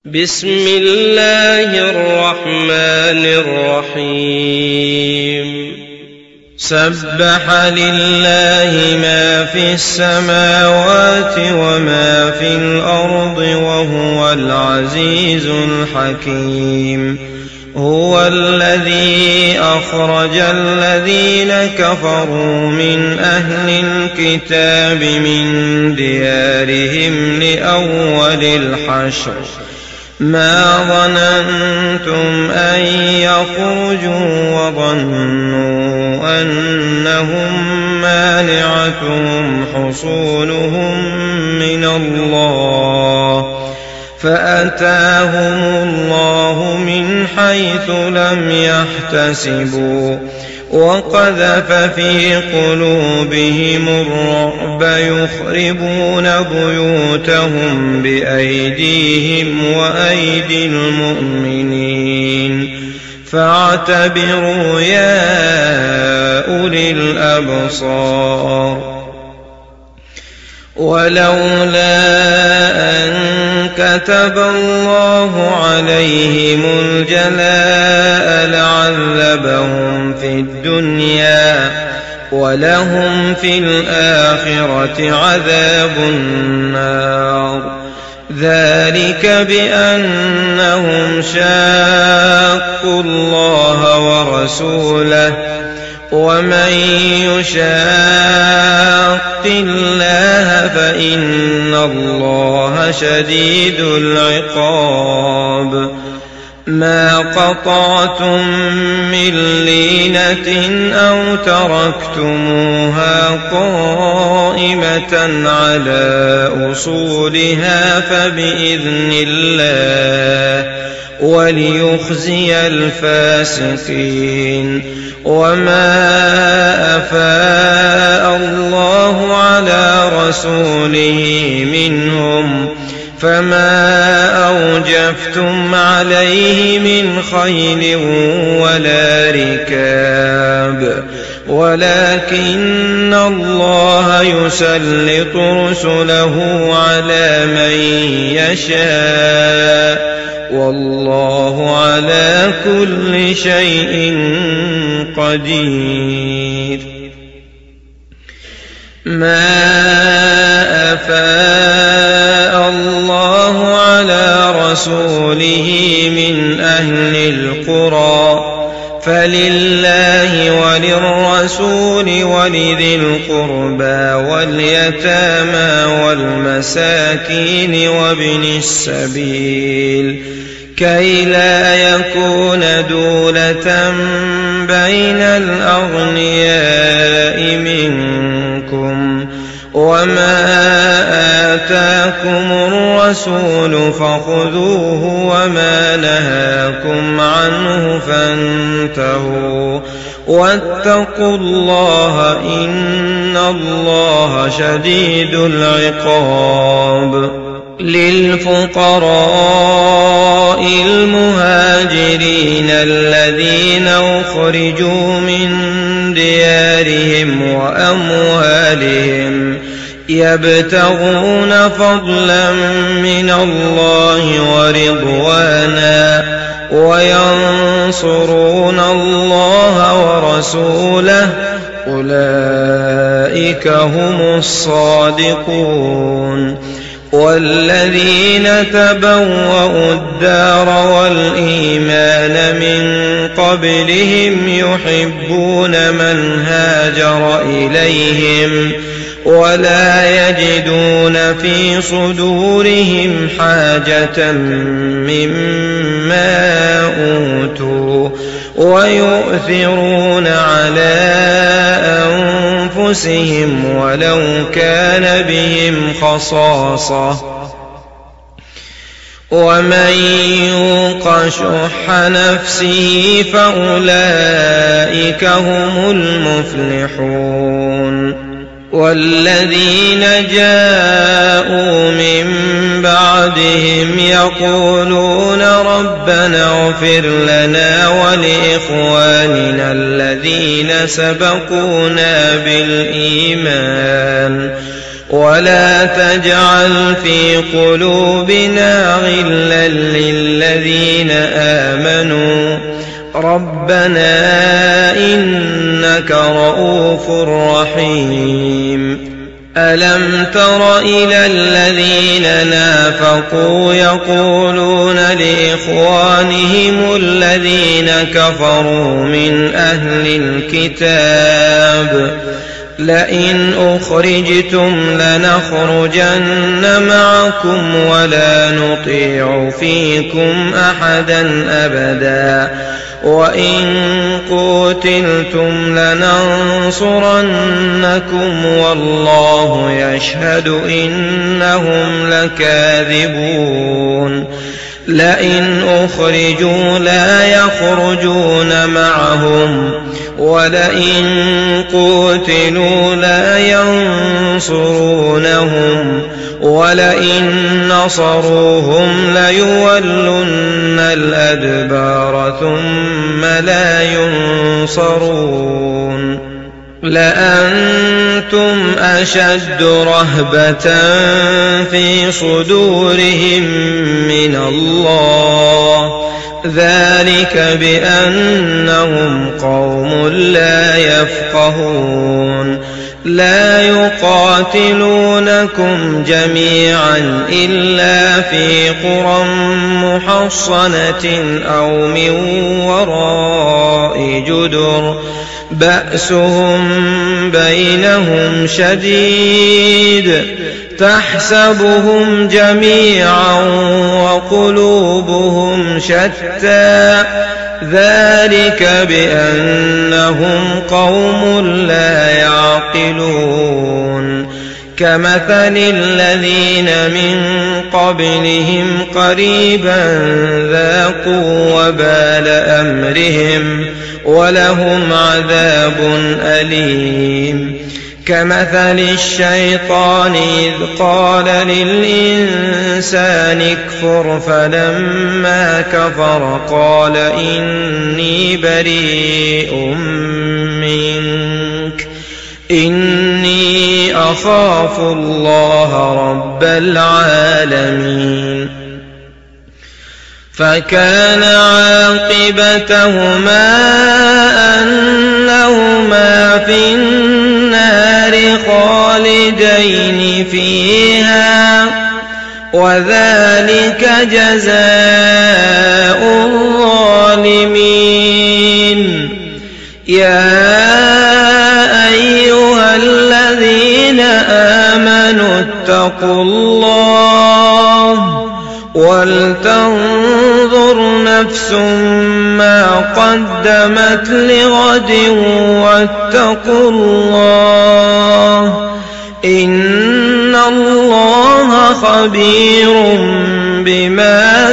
بسم الله الرحمن الرحيم سبح لله ما في السماوات وما في الأرض وهو العزيز الحكيم. هو الذي أخرج الذين كفروا من أهل الكتاب من ديارهم لأول الحشر ما ظننتم أن يخرجوا وظنوا أنهم مانعتهم حصونهم من الله فأتاهم الله من حيث لم يحتسبوا وقذف في قلوبهم الرعب يخربون بيوتهم بأيديهم وأيدي المؤمنين فاعتبروا يا أولي الأبصار. ولولا أن كتب الله عليهم الجلاء لعذبهم في الدنيا ولهم في الآخرة عذاب النار ذلك بأنهم شاقوا الله ورسوله ومن يشاق الله فإن الله شديد العقاب. ما قطعتم من لينة أو تركتموها قائمة على أصولها فبإذن الله وليخزي الفاسقين. وما أفاء الله على رسوله منهم فما أوجفتم عليه من خيل ولا ركاب ولكن الله يسلط رسله على من يشاء والله على كل شيء قدير. ما أفاء الله على رسوله من أهل القرى فلله وللرسول ولذي القربى واليتامى والمساكين وابن السبيل كي لا يكون دولة بين الأغنياء منكم وما آتاكم الرسول فخذوه وما نهاكم عنه فانتهوا واتقوا الله إن الله شديد العقاب. للفقراء المهاجرين الذين أخرجوا من ديارهم وأموالهم يبتغون فضلا من الله ورضوانا وينصرون الله ورسوله أولئك هم الصادقون. والذين تبوأوا الدار والإيمان من قبلهم يحبون من هاجر إليهم ولا يجدون في صدورهم حاجة مما أوتوا ويؤثرون على أنفسهم ولو كان بهم خصاصة ومن يوق شح نفسه فأولئك هم المفلحون. والذين جاءوا من بعدهم يقولون ربنا اغفر لنا ولإخواننا الذين سبقونا بالإيمان ولا تجعل في قلوبنا غلا للذين آمنوا ربنا إنك رؤوف رحيم. ألم تر إلى الذين نافقوا يقولون لإخوانهم الذين كفروا من أهل الكتاب لئن أخرجتم لنخرجن معكم ولا نطيع فيكم أحدا أبدا وإن قتلتم لننصرنكم والله يشهد إنهم لكاذبون. لئن أخرجوا لا يخرجون معهم ولئن قتلوا لا ينصرونهم ولئن نصروهم ليولن الأدبار ثم لا ينصرون. لأنتم أشد رهبة في صدورهم من الله ذلك بأنهم قوم لا يفقهون. لا يقاتلونكم جميعا إلا في قرى محصنة أو من وراء جدر بأسهم بينهم شديد تحسبهم جميعا وقلوبهم شتى ذلك بأنهم قوم لا يعقلون. كمثل الذين من قبلهم قريبا ذاقوا وبال أمرهم ولهم عذاب أليم. كمثل الشيطان إذ قال للإنسان اكفر فلما كفر قال إني بريء منك إني أخاف الله رب العالمين. فكان عاقبتهما أنهما في النار خالدين فيها وذلك جزاء الظالمين. يا أيها الذين آمنوا اتقوا الله ولتنظر نفس ما قدمت لغد واتقوا الله إن الله خبير بما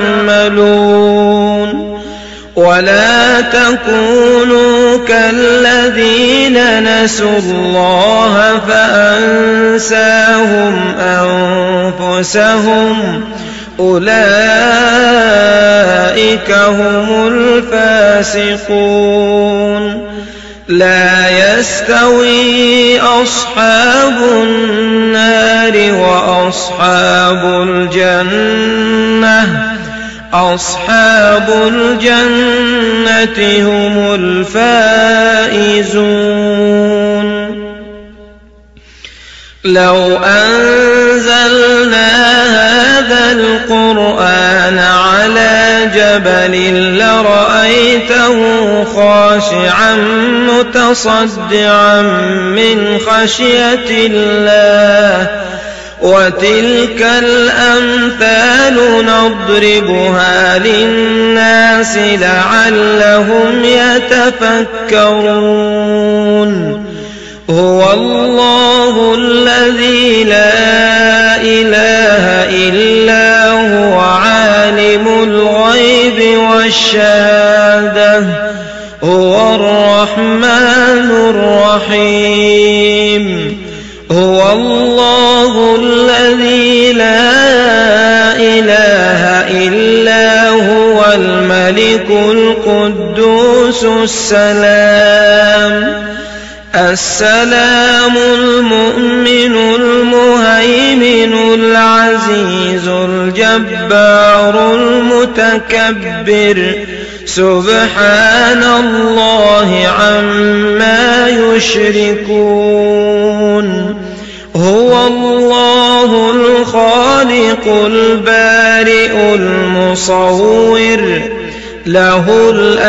تعملون. ولا تكونوا كالذين نسوا الله فأنساهم أنفسهم أولئك هم الفاسقون. لا يستوي أصحاب النار وأصحاب الجنة أصحاب الجنة هم الفائزون. لو أنزلنا هذا القرآن على جبل لرأيته خاشعا متصدعا من خشية الله وتلك الأمثال نضربها للناس لعلهم يتفكرون. هو الله الذي لا إله إلا هو عالم الغيب والشهادة هو الرحمن الرحيم. هو الله الذي لا إله إلا هو الملك القدوس السلام السلام المؤمن المهيمن العزيز الجبار المتكبر سبحان الله عما يشركون هو الله الخالق البارئ المصور له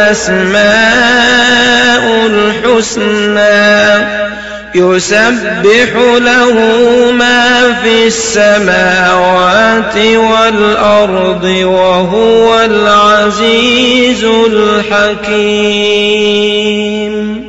الأسماء الحسنى يسبح له ما في السماوات والأرض وهو العزيز الحكيم.